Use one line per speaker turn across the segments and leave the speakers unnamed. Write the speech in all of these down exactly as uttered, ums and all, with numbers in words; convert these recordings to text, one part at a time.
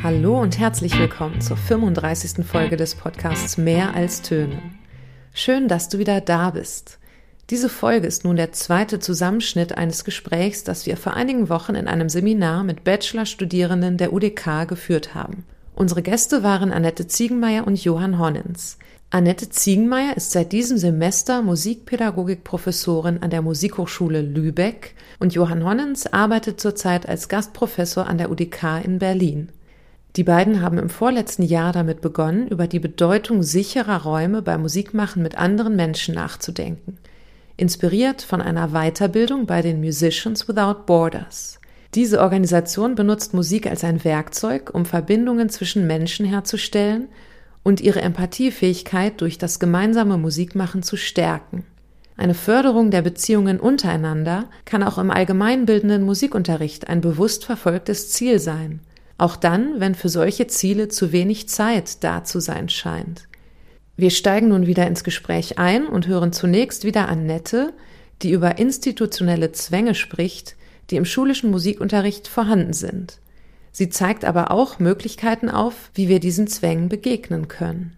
Hallo und herzlich willkommen zur fünfunddreißigsten Folge des Podcasts Mehr als Töne. Schön, dass du wieder da bist. Diese Folge ist nun der zweite Zusammenschnitt eines Gesprächs, das wir vor einigen Wochen in einem Seminar mit Bachelorstudierenden der U D K geführt haben. Unsere Gäste waren Annette Ziegenmeier und Johann Honnens. Annette Ziegenmeier ist seit diesem Semester Musikpädagogik-Professorin an der Musikhochschule Lübeck und Johann Honnens arbeitet zurzeit als Gastprofessor an der U D K in Berlin. Die beiden haben im vorletzten Jahr damit begonnen, über die Bedeutung sicherer Räume beim Musikmachen mit anderen Menschen nachzudenken. Inspiriert von einer Weiterbildung bei den Musicians Without Borders. Diese Organisation benutzt Musik als ein Werkzeug, um Verbindungen zwischen Menschen herzustellen und ihre Empathiefähigkeit durch das gemeinsame Musikmachen zu stärken. Eine Förderung der Beziehungen untereinander kann auch im allgemeinbildenden Musikunterricht ein bewusst verfolgtes Ziel sein. Auch dann, wenn für solche Ziele zu wenig Zeit da zu sein scheint. Wir steigen nun wieder ins Gespräch ein und hören zunächst wieder Annette, die über institutionelle Zwänge spricht, die im schulischen Musikunterricht vorhanden sind. Sie zeigt aber auch Möglichkeiten auf, wie wir diesen Zwängen begegnen können.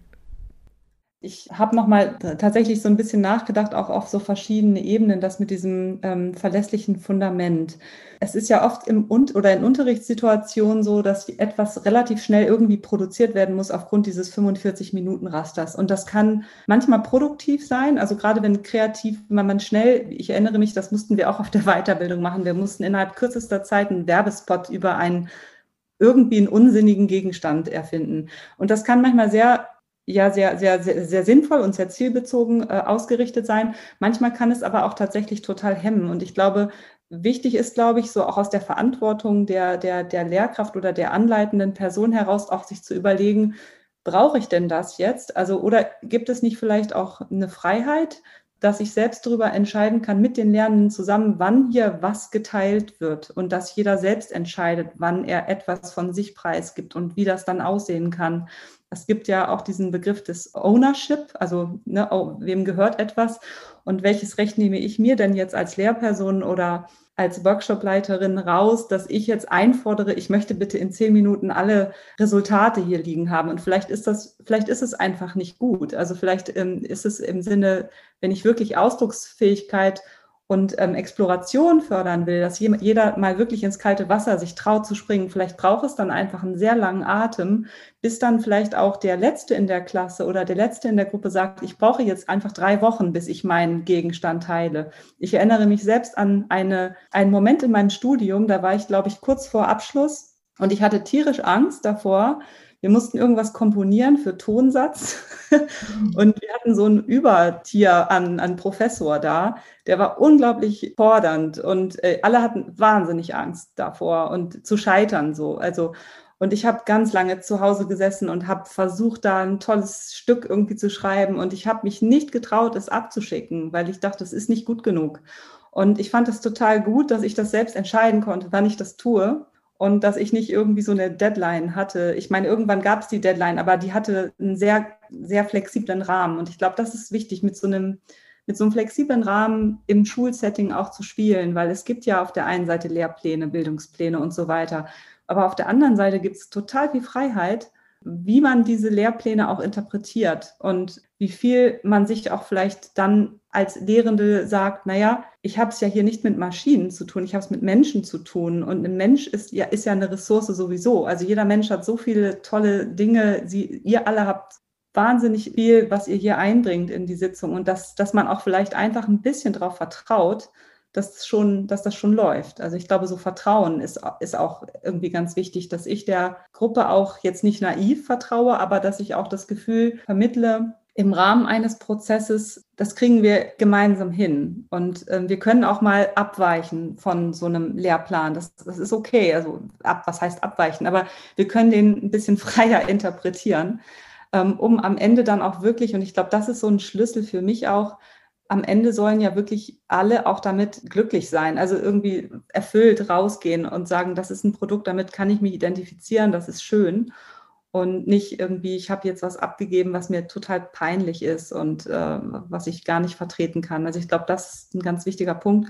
Ich habe nochmal tatsächlich so ein bisschen nachgedacht, auch auf so verschiedene Ebenen, das mit diesem ähm, verlässlichen Fundament. Es ist ja oft im Un- oder in Unterrichtssituationen so, dass etwas relativ schnell irgendwie produziert werden muss aufgrund dieses fünfundvierzig-Minuten-Rasters. Und das kann manchmal produktiv sein, also gerade wenn kreativ, wenn man schnell, ich erinnere mich, das mussten wir auch auf der Weiterbildung machen, wir mussten innerhalb kürzester Zeit einen Werbespot über einen irgendwie einen unsinnigen Gegenstand erfinden. Und das kann manchmal sehr ja sehr, sehr, sehr, sehr sinnvoll und sehr zielbezogen äh, ausgerichtet sein. Manchmal kann es aber auch tatsächlich total hemmen. Und ich glaube, wichtig ist, glaube ich, so auch aus der Verantwortung der, der, der Lehrkraft oder der anleitenden Person heraus auch sich zu überlegen, brauche ich denn das jetzt? Also, oder gibt es nicht vielleicht auch eine Freiheit, dass ich selbst darüber entscheiden kann mit den Lernenden zusammen, wann hier was geteilt wird und dass jeder selbst entscheidet, wann er etwas von sich preisgibt und wie das dann aussehen kann. Es gibt ja auch diesen Begriff des Ownership, also ne, wem gehört etwas und welches Recht nehme ich mir denn jetzt als Lehrperson oder als Workshopleiterin raus, dass ich jetzt einfordere, ich möchte bitte in zehn Minuten alle Resultate hier liegen haben. Und vielleicht ist das, vielleicht ist es einfach nicht gut. Also vielleicht ähm, ist es im Sinne, wenn ich wirklich Ausdrucksfähigkeit und ähm, Exploration fördern will, dass jeder mal wirklich ins kalte Wasser sich traut zu springen. Vielleicht braucht es dann einfach einen sehr langen Atem, bis dann vielleicht auch der Letzte in der Klasse oder der Letzte in der Gruppe sagt, ich brauche jetzt einfach drei Wochen, bis ich meinen Gegenstand teile. Ich erinnere mich selbst an eine, einen Moment in meinem Studium, da war ich, glaube ich, kurz vor Abschluss und ich hatte tierisch Angst davor. Wir mussten irgendwas komponieren für Tonsatz und wir hatten so ein Übertier an, an Professor da, der war unglaublich fordernd und äh, alle hatten wahnsinnig Angst davor und zu scheitern so. Also und ich habe ganz lange zu Hause gesessen und habe versucht, da ein tolles Stück irgendwie zu schreiben und ich habe mich nicht getraut, es abzuschicken, weil ich dachte, es ist nicht gut genug. Und ich fand es total gut, dass ich das selbst entscheiden konnte, wann ich das tue. Und dass ich nicht irgendwie so eine Deadline hatte. Ich meine, irgendwann gab es die Deadline, aber die hatte einen sehr, sehr flexiblen Rahmen. Und ich glaube, das ist wichtig, mit so einem, mit so einem flexiblen Rahmen im Schulsetting auch zu spielen, weil es gibt ja auf der einen Seite Lehrpläne, Bildungspläne und so weiter. Aber auf der anderen Seite gibt es total viel Freiheit, wie man diese Lehrpläne auch interpretiert und wie viel man sich auch vielleicht dann als Lehrende sagt, naja, ich habe es ja hier nicht mit Maschinen zu tun, ich habe es mit Menschen zu tun und ein Mensch ist ja, ist ja eine Ressource sowieso. Also jeder Mensch hat so viele tolle Dinge, Sie, ihr alle habt wahnsinnig viel, was ihr hier einbringt in die Sitzung und dass, dass man auch vielleicht einfach ein bisschen darauf vertraut, dass das schon, dass das schon läuft. Also ich glaube, so Vertrauen ist, ist auch irgendwie ganz wichtig, dass ich der Gruppe auch jetzt nicht naiv vertraue, aber dass ich auch das Gefühl vermittle, im Rahmen eines Prozesses, das kriegen wir gemeinsam hin. Und äh, wir können auch mal abweichen von so einem Lehrplan. Das, das ist okay. Also ab, was heißt abweichen? Aber wir können den ein bisschen freier interpretieren, ähm, um am Ende dann auch wirklich, und ich glaube, das ist so ein Schlüssel für mich auch, am Ende sollen ja wirklich alle auch damit glücklich sein, also irgendwie erfüllt rausgehen und sagen, das ist ein Produkt, damit kann ich mich identifizieren, das ist schön und nicht irgendwie, ich habe jetzt was abgegeben, was mir total peinlich ist und äh, was ich gar nicht vertreten kann. Also ich glaube, das ist ein ganz wichtiger Punkt.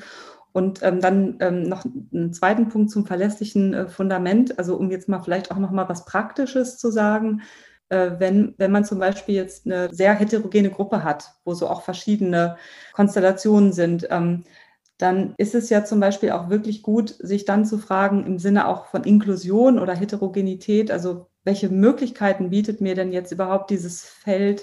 Und ähm, dann ähm, noch einen zweiten Punkt zum verlässlichen äh, Fundament, also um jetzt mal vielleicht auch noch mal was Praktisches zu sagen. Äh, wenn, wenn man zum Beispiel jetzt eine sehr heterogene Gruppe hat, wo so auch verschiedene Konstellationen sind, ähm, dann ist es ja zum Beispiel auch wirklich gut, sich dann zu fragen im Sinne auch von Inklusion oder Heterogenität, also welche Möglichkeiten bietet mir denn jetzt überhaupt dieses Feld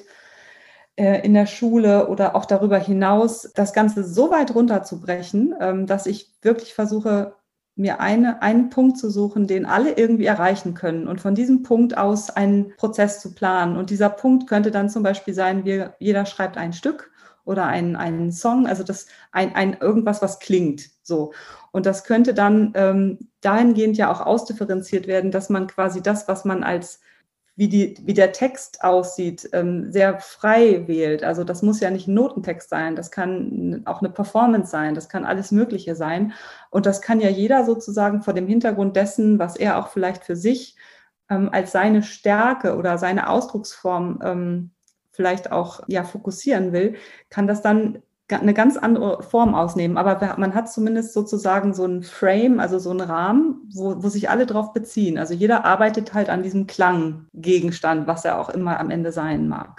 äh, in der Schule oder auch darüber hinaus, das Ganze so weit runterzubrechen, ähm, dass ich wirklich versuche, mir eine, einen Punkt zu suchen, den alle irgendwie erreichen können und von diesem Punkt aus einen Prozess zu planen. Und dieser Punkt könnte dann zum Beispiel sein, wir, jeder schreibt ein Stück oder einen, einen Song, also das ein, ein irgendwas, was klingt. So. Und das könnte dann ähm, dahingehend ja auch ausdifferenziert werden, dass man quasi das, was man als wie, die, wie der Text aussieht, ähm, sehr frei wählt. Also das muss ja nicht ein Notentext sein, das kann auch eine Performance sein, das kann alles Mögliche sein. Und das kann ja jeder sozusagen vor dem Hintergrund dessen, was er auch vielleicht für sich ähm, als seine Stärke oder seine Ausdrucksform ähm, vielleicht auch ja, fokussieren will, kann das dann eine ganz andere Form ausnehmen. Aber man hat zumindest sozusagen so einen Frame, also so einen Rahmen, wo, wo sich alle drauf beziehen. Also jeder arbeitet halt an diesem Klanggegenstand, was er auch immer am Ende sein mag.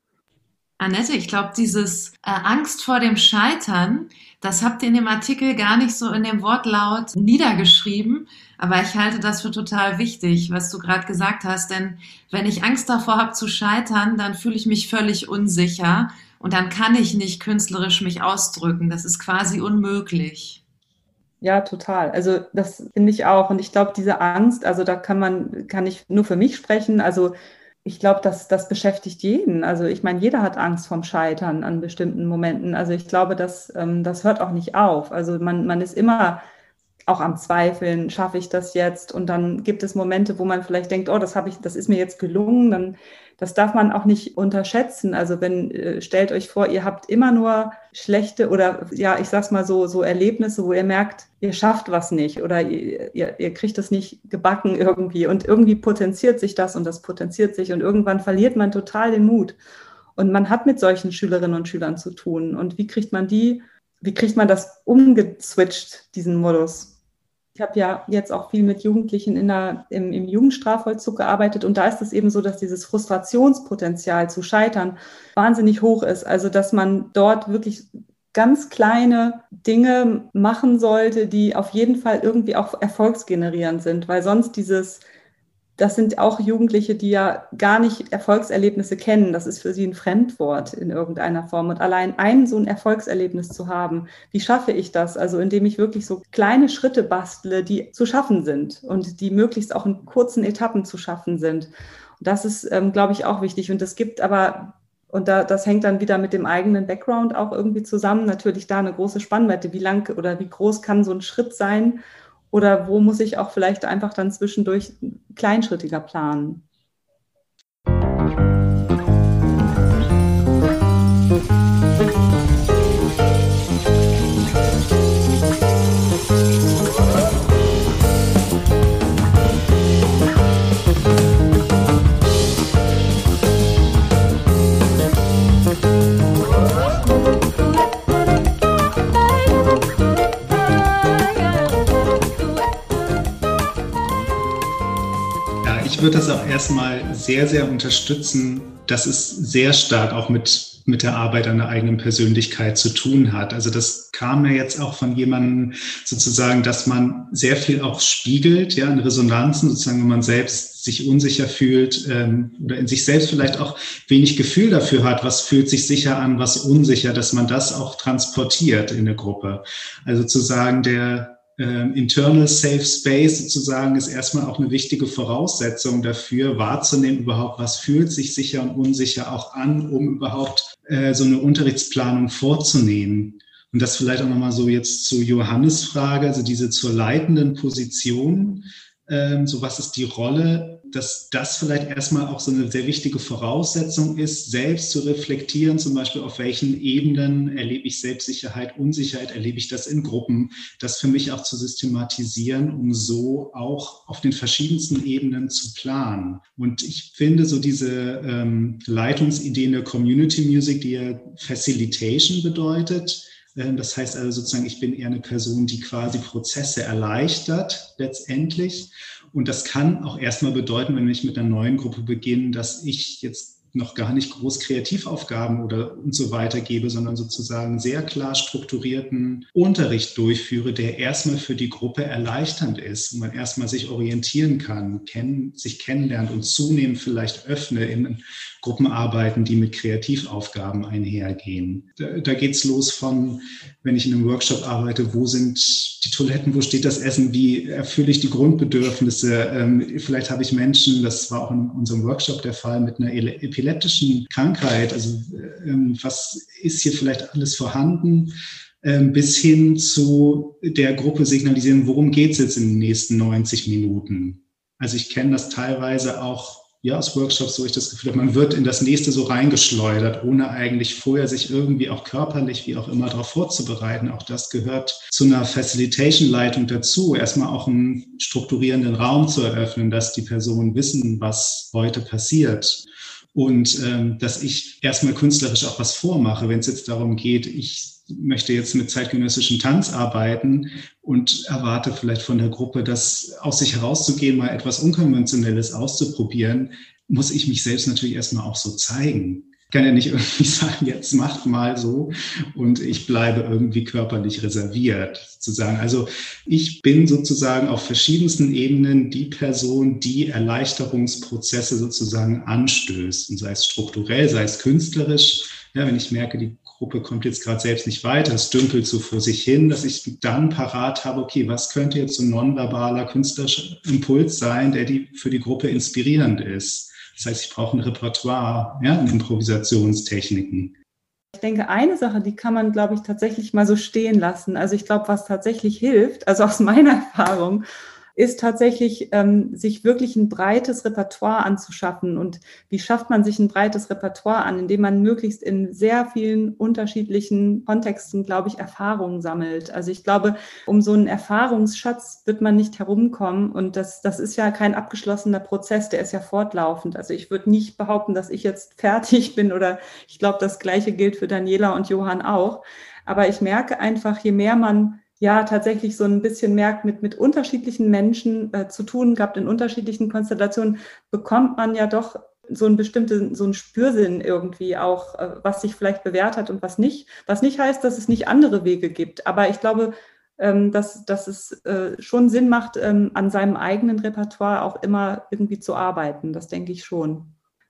Annette, ich glaube, dieses äh, Angst vor dem Scheitern, das habt ihr in dem Artikel gar nicht so in dem Wortlaut niedergeschrieben, aber ich halte das für total wichtig, was du gerade gesagt hast, denn wenn ich Angst davor habe zu scheitern, dann fühle ich mich völlig unsicher und dann kann ich nicht künstlerisch mich ausdrücken. Das ist quasi unmöglich.
Ja, total. Also das finde ich auch. Und ich glaube, diese Angst, also da kann man, kann ich nur für mich sprechen. Also ich glaube, das, das beschäftigt jeden. Also ich meine, jeder hat Angst vorm Scheitern an bestimmten Momenten. Also ich glaube, das, ähm, das hört auch nicht auf. Also man, man ist immer auch am Zweifeln, schaffe ich das jetzt? Und dann gibt es Momente, wo man vielleicht denkt, oh, das habe ich, das ist mir jetzt gelungen. Dann, das darf man auch nicht unterschätzen. Also wenn, äh, stellt euch vor, ihr habt immer nur schlechte oder ja, ich sag's mal so, so Erlebnisse, wo ihr merkt, ihr schafft was nicht oder ihr, ihr, ihr kriegt das nicht gebacken irgendwie und irgendwie potenziert sich das und das potenziert sich und irgendwann verliert man total den Mut. Und man hat mit solchen Schülerinnen und Schülern zu tun. Und wie kriegt man die, wie kriegt man das umgeswitcht, diesen Modus? Ich habe ja jetzt auch viel mit Jugendlichen in der, im, im Jugendstrafvollzug gearbeitet und da ist es eben so, dass dieses Frustrationspotenzial zu scheitern wahnsinnig hoch ist. Also dass man dort wirklich ganz kleine Dinge machen sollte, die auf jeden Fall irgendwie auch erfolgsgenerierend sind, weil sonst dieses, das sind auch Jugendliche, die ja gar nicht Erfolgserlebnisse kennen. Das ist für sie ein Fremdwort in irgendeiner Form. Und allein ein so ein Erfolgserlebnis zu haben, wie schaffe ich das? Also indem ich wirklich so kleine Schritte bastle, die zu schaffen sind und die möglichst auch in kurzen Etappen zu schaffen sind. Und das ist, ähm, glaube ich, auch wichtig. Und es gibt aber, und da, das hängt dann wieder mit dem eigenen Background auch irgendwie zusammen, natürlich da eine große Spannweite. Wie lang oder wie groß kann so ein Schritt sein? Oder wo muss ich auch vielleicht einfach dann zwischendurch kleinschrittiger planen?
Ich würde das auch erstmal sehr, sehr unterstützen, dass es sehr stark auch mit, mit der Arbeit an der eigenen Persönlichkeit zu tun hat. Also das kam ja jetzt auch von jemandem sozusagen, dass man sehr viel auch spiegelt, ja, in Resonanzen, sozusagen, wenn man selbst sich unsicher fühlt ähm, oder in sich selbst vielleicht auch wenig Gefühl dafür hat, was fühlt sich sicher an, was unsicher, dass man das auch transportiert in der Gruppe. Also zu sagen, der Ähm, internal Safe Space sozusagen ist erstmal auch eine wichtige Voraussetzung dafür, wahrzunehmen überhaupt, was fühlt sich sicher und unsicher auch an, um überhaupt äh, so eine Unterrichtsplanung vorzunehmen. Und das vielleicht auch nochmal so jetzt zu Johannes' Frage, also diese zur leitenden Position, ähm, so was ist die Rolle, dass das vielleicht erstmal auch so eine sehr wichtige Voraussetzung ist, selbst zu reflektieren, zum Beispiel auf welchen Ebenen erlebe ich Selbstsicherheit, Unsicherheit, erlebe ich das in Gruppen, das für mich auch zu systematisieren, um so auch auf den verschiedensten Ebenen zu planen. Und ich finde so diese ähm, Leitungsidee in der Community Music, die ja Facilitation bedeutet, Das heißt also sozusagen, ich bin eher eine Person, die quasi Prozesse erleichtert letztendlich. Und das kann auch erstmal bedeuten, wenn ich mit einer neuen Gruppe beginne, dass ich jetzt noch gar nicht groß Kreativaufgaben oder und so weiter gebe, sondern sozusagen sehr klar strukturierten Unterricht durchführe, der erstmal für die Gruppe erleichternd ist und man erstmal sich orientieren kann, kennen, sich kennenlernt und zunehmend vielleicht öffne in Gruppenarbeiten, die mit Kreativaufgaben einhergehen. Da, da geht es los von, wenn ich in einem Workshop arbeite, wo sind die Toiletten, wo steht das Essen, wie erfülle ich die Grundbedürfnisse. Ähm, vielleicht habe ich Menschen, das war auch in unserem Workshop der Fall, mit einer epileptischen Krankheit, also ähm, was ist hier vielleicht alles vorhanden, ähm, bis hin zu der Gruppe signalisieren, worum geht es jetzt in den nächsten neunzig Minuten. Also ich kenne das teilweise auch ja, aus Workshops, wo ich das Gefühl habe, man wird in das nächste so reingeschleudert, ohne eigentlich vorher sich irgendwie auch körperlich, wie auch immer, darauf vorzubereiten. Auch das gehört zu einer Facilitation-Leitung dazu, erstmal auch einen strukturierenden Raum zu eröffnen, dass die Personen wissen, was heute passiert. Und ähm, dass ich erstmal künstlerisch auch was vormache, wenn es jetzt darum geht, ich möchte jetzt mit zeitgenössischem Tanz arbeiten und erwarte vielleicht von der Gruppe, das aus sich herauszugehen, mal etwas Unkonventionelles auszuprobieren, muss ich mich selbst natürlich erstmal auch so zeigen. Ich kann ja nicht irgendwie sagen, jetzt macht mal so und ich bleibe irgendwie körperlich reserviert, sozusagen. Also ich bin sozusagen auf verschiedensten Ebenen die Person, die Erleichterungsprozesse sozusagen anstößt, und sei es strukturell, sei es künstlerisch. Ja, wenn ich merke, die Gruppe kommt jetzt gerade selbst nicht weiter, es dümpelt so vor sich hin, dass ich dann parat habe, okay, was könnte jetzt so ein nonverbaler künstlerischer Impuls sein, der die, für die Gruppe inspirierend ist. Das heißt, ich brauche ein Repertoire, ja, an Improvisationstechniken.
Ich denke, eine Sache, die kann man, glaube ich, tatsächlich mal so stehen lassen. Also ich glaube, was tatsächlich hilft, also aus meiner Erfahrung, ist tatsächlich, ähm, sich wirklich ein breites Repertoire anzuschaffen. Und wie schafft man sich ein breites Repertoire an? Indem man möglichst in sehr vielen unterschiedlichen Kontexten, glaube ich, Erfahrungen sammelt. Also ich glaube, um so einen Erfahrungsschatz wird man nicht herumkommen. Und das, das ist ja kein abgeschlossener Prozess, der ist ja fortlaufend. Also ich würde nicht behaupten, dass ich jetzt fertig bin, oder ich glaube, das Gleiche gilt für Daniela und Johann auch. Aber ich merke einfach, je mehr man ja tatsächlich so ein bisschen merkt, mit, mit unterschiedlichen Menschen äh, zu tun gehabt, in unterschiedlichen Konstellationen, bekommt man ja doch so einen bestimmten, so einen Spürsinn irgendwie auch, äh, was sich vielleicht bewährt hat und was nicht. Was nicht heißt, dass es nicht andere Wege gibt. Aber ich glaube, ähm, dass, dass es äh, schon Sinn macht, ähm, an seinem eigenen Repertoire auch immer irgendwie zu arbeiten. Das denke ich schon.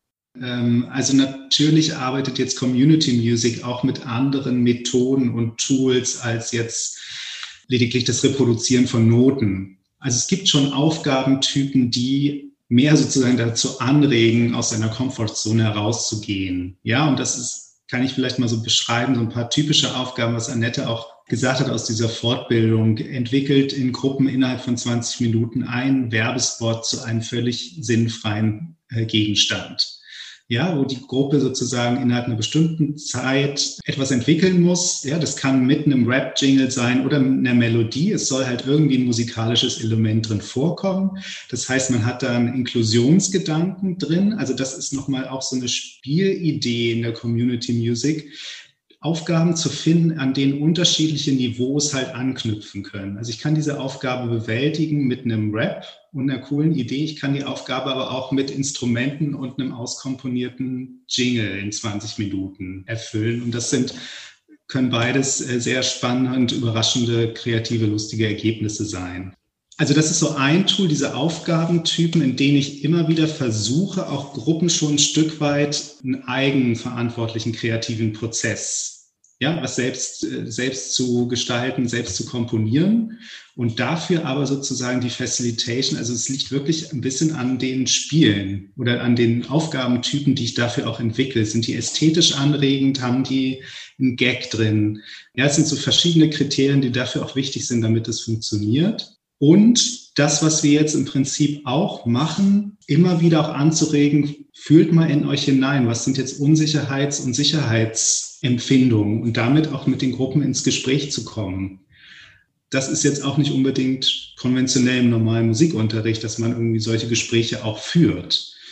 Also natürlich arbeitet jetzt Community Music auch mit anderen Methoden und Tools als jetzt lediglich das Reproduzieren von Noten. Also es gibt schon Aufgabentypen, die mehr sozusagen dazu anregen, aus seiner Komfortzone herauszugehen. Ja, und das ist, kann ich vielleicht mal so beschreiben, so ein paar typische Aufgaben, was Annette auch gesagt hat aus dieser Fortbildung, entwickelt in Gruppen innerhalb von zwanzig Minuten ein Werbespot zu einem völlig sinnfreien äh, Gegenstand. Ja, wo die Gruppe sozusagen innerhalb einer bestimmten Zeit etwas entwickeln muss. Ja, das kann mit einem Rap-Jingle sein oder mit einer Melodie. Es soll halt irgendwie ein musikalisches Element drin vorkommen. Das heißt, man hat da einen Inklusionsgedanken drin. Also das ist nochmal auch so eine Spielidee in der Community Music, Aufgaben zu finden, an denen unterschiedliche Niveaus halt anknüpfen können. Also ich kann diese Aufgabe bewältigen mit einem Rap und einer coolen Idee. Ich kann die Aufgabe aber auch mit Instrumenten und einem auskomponierten Jingle in zwanzig Minuten erfüllen. Und das sind, können beides sehr spannende, überraschende, kreative, lustige Ergebnisse sein. Also das ist so ein Tool, diese Aufgabentypen, in denen ich immer wieder versuche, auch Gruppen schon ein Stück weit einen eigenverantwortlichen kreativen Prozess, ja, was selbst, selbst zu gestalten, selbst zu komponieren und dafür aber sozusagen die Facilitation, also es liegt wirklich ein bisschen an den Spielen oder an den Aufgabentypen, die ich dafür auch entwickle. Sind die ästhetisch anregend, haben die einen Gag drin? Ja, es sind so verschiedene Kriterien, die dafür auch wichtig sind, damit es funktioniert. Und das, was wir jetzt im Prinzip auch machen, immer wieder auch anzuregen, fühlt mal in euch hinein, was sind jetzt Unsicherheits- und Sicherheitsempfindungen und damit auch mit den Gruppen ins Gespräch zu kommen. Das ist jetzt auch nicht unbedingt konventionell im normalen Musikunterricht, dass man irgendwie solche Gespräche auch führt.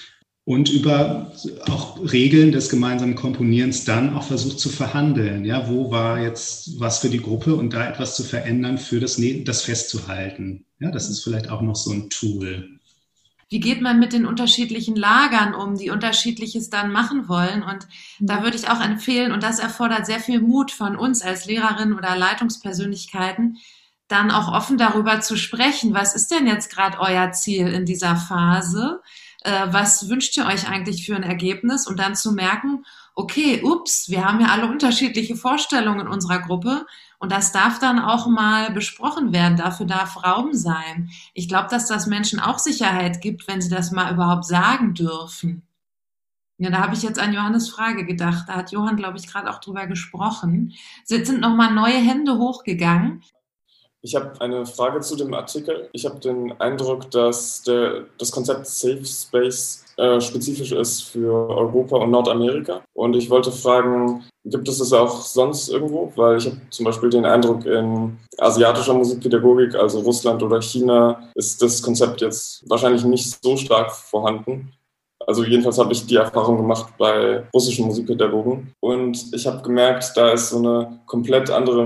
und über auch Regeln des gemeinsamen Komponierens dann auch versucht zu verhandeln. Ja, wo war jetzt was für die Gruppe und da etwas zu verändern, für das, das festzuhalten. Ja, das ist vielleicht auch noch so ein Tool.
Wie geht man mit den unterschiedlichen Lagern um, die Unterschiedliches dann machen wollen? Und da würde ich auch empfehlen, und das erfordert sehr viel Mut von uns als Lehrerinnen oder Leitungspersönlichkeiten, dann auch offen darüber zu sprechen. Was ist denn jetzt gerade euer Ziel in dieser Phase? Äh, was wünscht ihr euch eigentlich für ein Ergebnis? Und dann zu merken, okay, ups, wir haben ja alle unterschiedliche Vorstellungen in unserer Gruppe. Und das darf dann auch mal besprochen werden. Dafür darf Raum sein. Ich glaube, dass das Menschen auch Sicherheit gibt, wenn sie das mal überhaupt sagen dürfen. Ja, da habe ich jetzt an Johannes Frage gedacht. Da hat Johann, glaube ich, gerade auch drüber gesprochen. Jetzt sind nochmal neue Hände hochgegangen.
Ich habe eine Frage zu dem Artikel. Ich habe den Eindruck, dass der, das Konzept Safe Space äh, spezifisch ist für Europa und Nordamerika. Und ich wollte fragen, gibt es das auch sonst irgendwo? Weil ich habe zum Beispiel den Eindruck, in asiatischer Musikpädagogik, also Russland oder China, ist das Konzept jetzt wahrscheinlich nicht so stark vorhanden. Also jedenfalls habe ich die Erfahrung gemacht bei russischen Musikpädagogen. Und ich habe gemerkt, da ist so eine komplett andere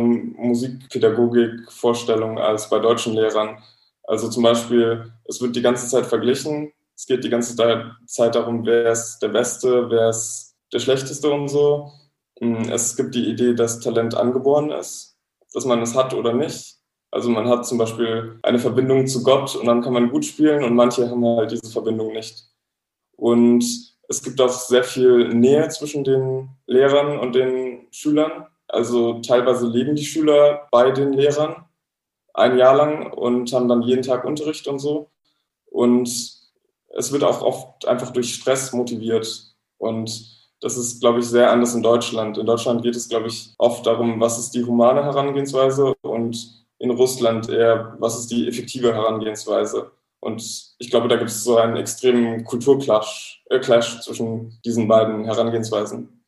Musikpädagogik-Vorstellung als bei deutschen Lehrern. Also zum Beispiel, es wird die ganze Zeit verglichen. Es geht die ganze Zeit darum, wer ist der Beste, wer ist der Schlechteste und so. Es gibt die Idee, dass Talent angeboren ist, dass man es hat oder nicht. Also man hat zum Beispiel eine Verbindung zu Gott und dann kann man gut spielen und manche haben halt diese Verbindung nicht. Und es gibt auch sehr viel Nähe zwischen den Lehrern und den Schülern. Also teilweise leben die Schüler bei den Lehrern ein Jahr lang und haben dann jeden Tag Unterricht und so. Und es wird auch oft einfach durch Stress motiviert. Und das ist, glaube ich, sehr anders in Deutschland. In Deutschland geht es, glaube ich, oft darum, was ist die humane Herangehensweise und in Russland eher, was ist die effektive Herangehensweise. Und ich glaube, da gibt es so einen extremen Kulturclash äh, Clash zwischen diesen beiden Herangehensweisen.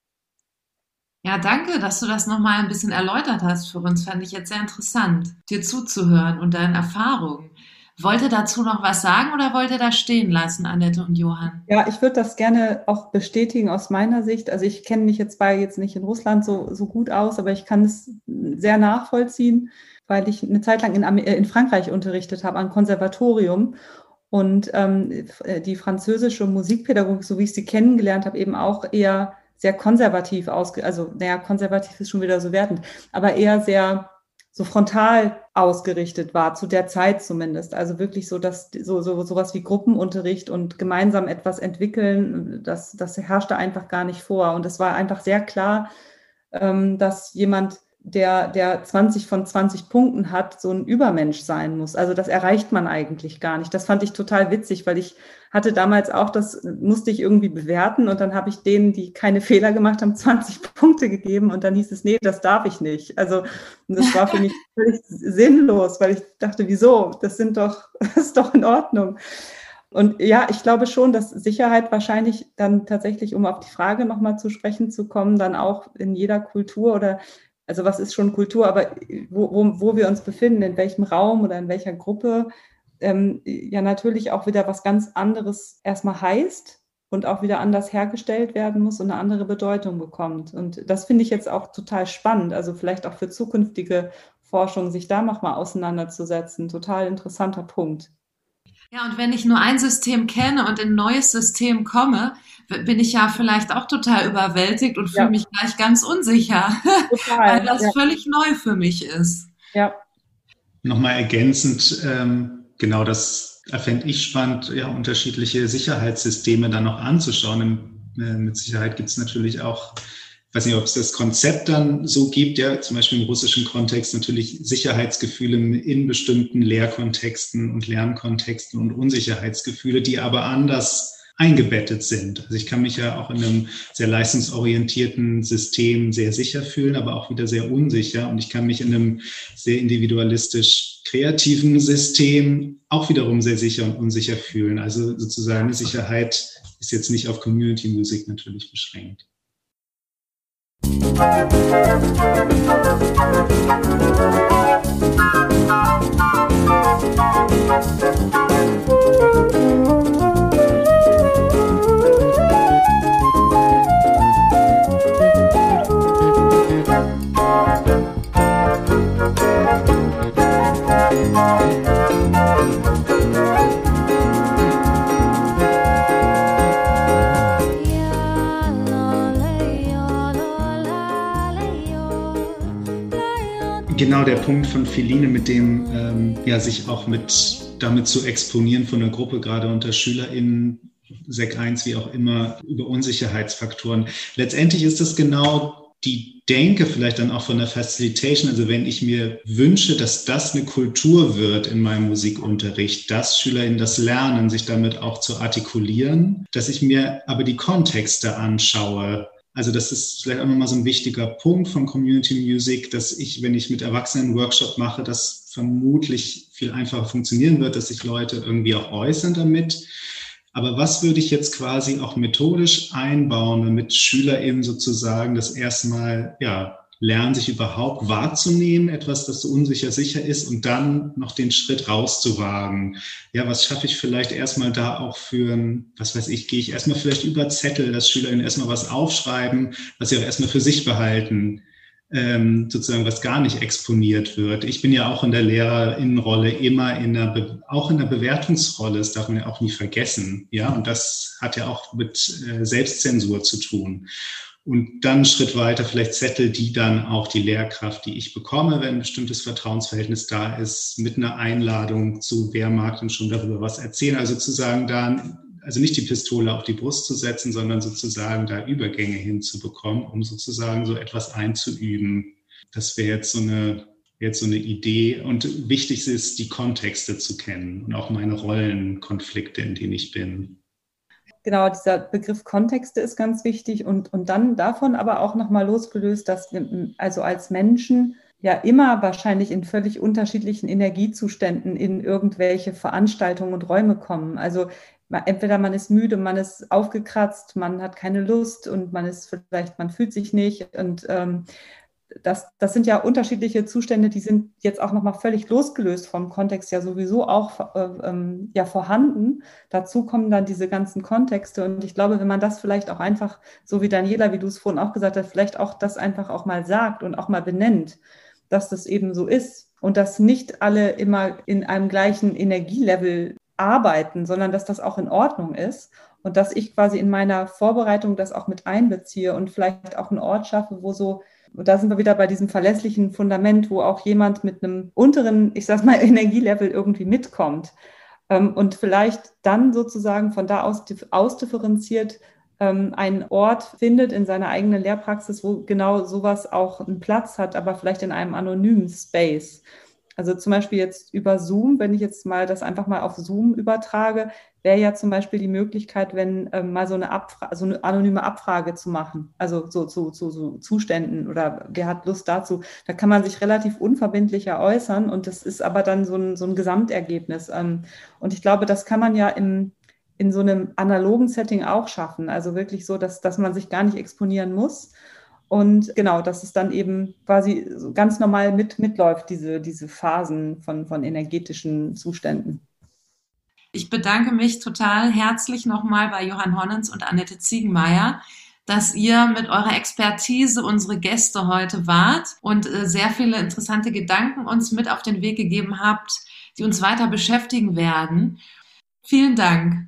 Ja, danke, dass du das nochmal ein bisschen erläutert hast für uns. Fand ich jetzt sehr interessant, dir zuzuhören und deinen Erfahrungen. Wollt ihr dazu noch was sagen oder wollt ihr das stehen lassen, Annette und Johann?
Ja, ich würde das gerne auch bestätigen aus meiner Sicht. Also ich kenne mich jetzt bei jetzt nicht in Russland so, so gut aus, aber ich kann es sehr nachvollziehen, weil ich eine Zeit lang in, in Frankreich unterrichtet habe, am Konservatorium. Und ähm, die französische Musikpädagogik, so wie ich sie kennengelernt habe, eben auch eher sehr konservativ ausge... Also, naja, konservativ ist schon wieder so wertend, aber eher sehr so frontal ausgerichtet war, zu der Zeit zumindest. Also wirklich so, dass so, so sowas wie Gruppenunterricht und gemeinsam etwas entwickeln, das, das herrschte einfach gar nicht vor. Und es war einfach sehr klar, ähm, dass jemand, der, der zwanzig von zwanzig Punkten hat, so ein Übermensch sein muss. Also das erreicht man eigentlich gar nicht. Das fand ich total witzig, weil ich hatte damals auch, das musste ich irgendwie bewerten und dann habe ich denen, die keine Fehler gemacht haben, zwanzig Punkte gegeben und dann hieß es, nee, das darf ich nicht. Also das war für mich völlig sinnlos, weil ich dachte, wieso? Das sind doch, das ist doch in Ordnung. Und ja, ich glaube schon, dass Sicherheit wahrscheinlich dann tatsächlich, um auf die Frage nochmal zu sprechen zu kommen, dann auch in jeder Kultur oder also was ist schon Kultur, aber wo, wo, wo wir uns befinden, in welchem Raum oder in welcher Gruppe, ähm, ja natürlich auch wieder was ganz anderes erstmal heißt und auch wieder anders hergestellt werden muss und eine andere Bedeutung bekommt. Und das finde ich jetzt auch total spannend, also vielleicht auch für zukünftige Forschung, sich da nochmal auseinanderzusetzen. Total interessanter Punkt.
Ja, und wenn ich nur ein System kenne und in ein neues System komme, bin ich ja vielleicht auch total überwältigt und fühle ja. mich gleich ganz unsicher, total, weil das ja. völlig neu für mich ist.
Ja.
Nochmal ergänzend, ähm, genau das fände ich spannend, ja, unterschiedliche Sicherheitssysteme dann noch anzuschauen. Äh, mit Sicherheit gibt es natürlich auch, ich weiß nicht, ob es das Konzept dann so gibt, ja, zum Beispiel im russischen Kontext natürlich Sicherheitsgefühle in bestimmten Lehrkontexten und Lernkontexten und Unsicherheitsgefühle, die aber anders eingebettet sind. Also ich kann mich ja auch in einem sehr leistungsorientierten System sehr sicher fühlen, aber auch wieder sehr unsicher. Und ich kann mich in einem sehr individualistisch kreativen System auch wiederum sehr sicher und unsicher fühlen. Also sozusagen Sicherheit ist jetzt nicht auf Community Music natürlich beschränkt. Genau der Punkt von Feline, mit dem ähm, ja sich auch mit damit zu exponieren von der Gruppe, gerade unter SchülerInnen, Sek eins, wie auch immer, über Unsicherheitsfaktoren. Letztendlich ist das genau die Denke vielleicht dann auch von der Facilitation. Also wenn ich mir wünsche, dass das eine Kultur wird in meinem Musikunterricht, dass SchülerInnen das lernen, sich damit auch zu artikulieren, dass ich mir aber die Kontexte anschaue. Also das ist vielleicht auch nochmal so ein wichtiger Punkt von Community Music, dass ich, wenn ich mit Erwachsenen einen Workshop mache, das vermutlich viel einfacher funktionieren wird, dass sich Leute irgendwie auch äußern damit. Aber was würde ich jetzt quasi auch methodisch einbauen, damit SchülerInnen sozusagen das erstmal ja, lernen, sich überhaupt wahrzunehmen, etwas, das so unsicher sicher ist, und dann noch den Schritt rauszuwagen. Ja, was schaffe ich vielleicht erstmal da auch für ein, was weiß ich, gehe ich erstmal vielleicht über Zettel, dass SchülerInnen erstmal was aufschreiben, was sie auch erstmal für sich behalten, ähm, sozusagen, was gar nicht exponiert wird. Ich bin ja auch in der LehrerInnenrolle immer in der, Be- auch in der Bewertungsrolle, das darf man ja auch nie vergessen. Ja, und das hat ja auch mit äh, Selbstzensur zu tun. Und dann einen Schritt weiter vielleicht Zettel, die dann auch die Lehrkraft, die ich bekomme, wenn ein bestimmtes Vertrauensverhältnis da ist, mit einer Einladung zu, wer mag denn schon darüber was erzählen. Also sozusagen da, also nicht die Pistole auf die Brust zu setzen, sondern sozusagen da Übergänge hinzubekommen, um sozusagen so etwas einzuüben. Das wäre jetzt so eine, jetzt so eine Idee. Und wichtig ist, die Kontexte zu kennen und auch meine Rollenkonflikte, in denen ich bin.
Genau, dieser Begriff Kontexte ist ganz wichtig und, und dann davon aber auch nochmal losgelöst, dass wir also als Menschen ja immer wahrscheinlich in völlig unterschiedlichen Energiezuständen in irgendwelche Veranstaltungen und Räume kommen. Also entweder man ist müde, man ist aufgekratzt, man hat keine Lust und man ist vielleicht, man fühlt sich nicht und ähm, Das, das sind ja unterschiedliche Zustände, die sind jetzt auch nochmal völlig losgelöst vom Kontext ja sowieso auch äh, ähm, ja, vorhanden. Dazu kommen dann diese ganzen Kontexte und ich glaube, wenn man das vielleicht auch einfach, so wie Daniela, wie du es vorhin auch gesagt hast, vielleicht auch das einfach auch mal sagt und auch mal benennt, dass das eben so ist und dass nicht alle immer in einem gleichen Energielevel arbeiten, sondern dass das auch in Ordnung ist und dass ich quasi in meiner Vorbereitung das auch mit einbeziehe und vielleicht auch einen Ort schaffe, wo so, und da sind wir wieder bei diesem verlässlichen Fundament, wo auch jemand mit einem unteren, ich sag mal, Energielevel irgendwie mitkommt ähm, und vielleicht dann sozusagen von da aus ausdifferenziert ähm, einen Ort findet in seiner eigenen Lehrpraxis, wo genau sowas auch einen Platz hat, aber vielleicht in einem anonymen Space. Also zum Beispiel jetzt über Zoom, wenn ich jetzt mal das einfach mal auf Zoom übertrage, wäre ja zum Beispiel die Möglichkeit, wenn ähm, mal so eine, Abfra- so eine anonyme Abfrage zu machen, also so zu so, so, so Zuständen oder wer hat Lust dazu. Da kann man sich relativ unverbindlicher äußern und das ist aber dann so ein, so ein Gesamtergebnis. Ähm, und ich glaube, das kann man ja im, in so einem analogen Setting auch schaffen, also wirklich so, dass, dass man sich gar nicht exponieren muss. Und genau, dass es dann eben quasi so ganz normal mit, mitläuft, diese, diese Phasen von, von energetischen Zuständen.
Ich bedanke mich total herzlich nochmal bei Johann Honnens und Annette Ziegenmeier, dass ihr mit eurer Expertise unsere Gäste heute wart und sehr viele interessante Gedanken uns mit auf den Weg gegeben habt, die uns weiter beschäftigen werden. Vielen Dank.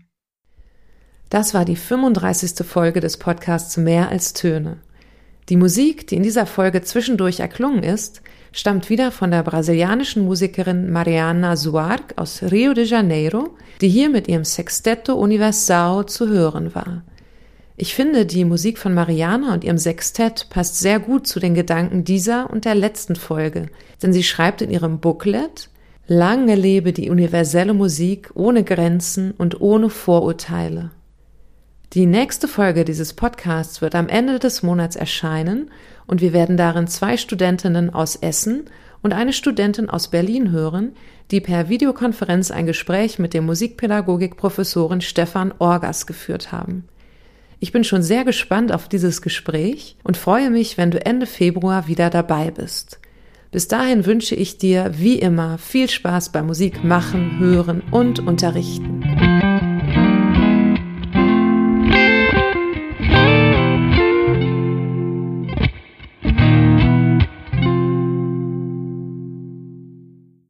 Das war die fünfunddreißigste Folge des Podcasts Mehr als Töne. Die Musik, die in dieser Folge zwischendurch erklungen ist, stammt wieder von der brasilianischen Musikerin Mariana Zuark aus Rio de Janeiro, die hier mit ihrem Sexteto Universal zu hören war. Ich finde, die Musik von Mariana und ihrem Sextett passt sehr gut zu den Gedanken dieser und der letzten Folge, denn sie schreibt in ihrem Booklet: Lange lebe die universelle Musik ohne Grenzen und ohne Vorurteile. Die nächste Folge dieses Podcasts wird am Ende des Monats erscheinen und wir werden darin zwei Studentinnen aus Essen und eine Studentin aus Berlin hören, die per Videokonferenz ein Gespräch mit dem Musikpädagogikprofessoren Stefan Orgas geführt haben. Ich bin schon sehr gespannt auf dieses Gespräch und freue mich, wenn du Ende Februar wieder dabei bist. Bis dahin wünsche ich dir, wie immer, viel Spaß beim Musik machen, hören und unterrichten.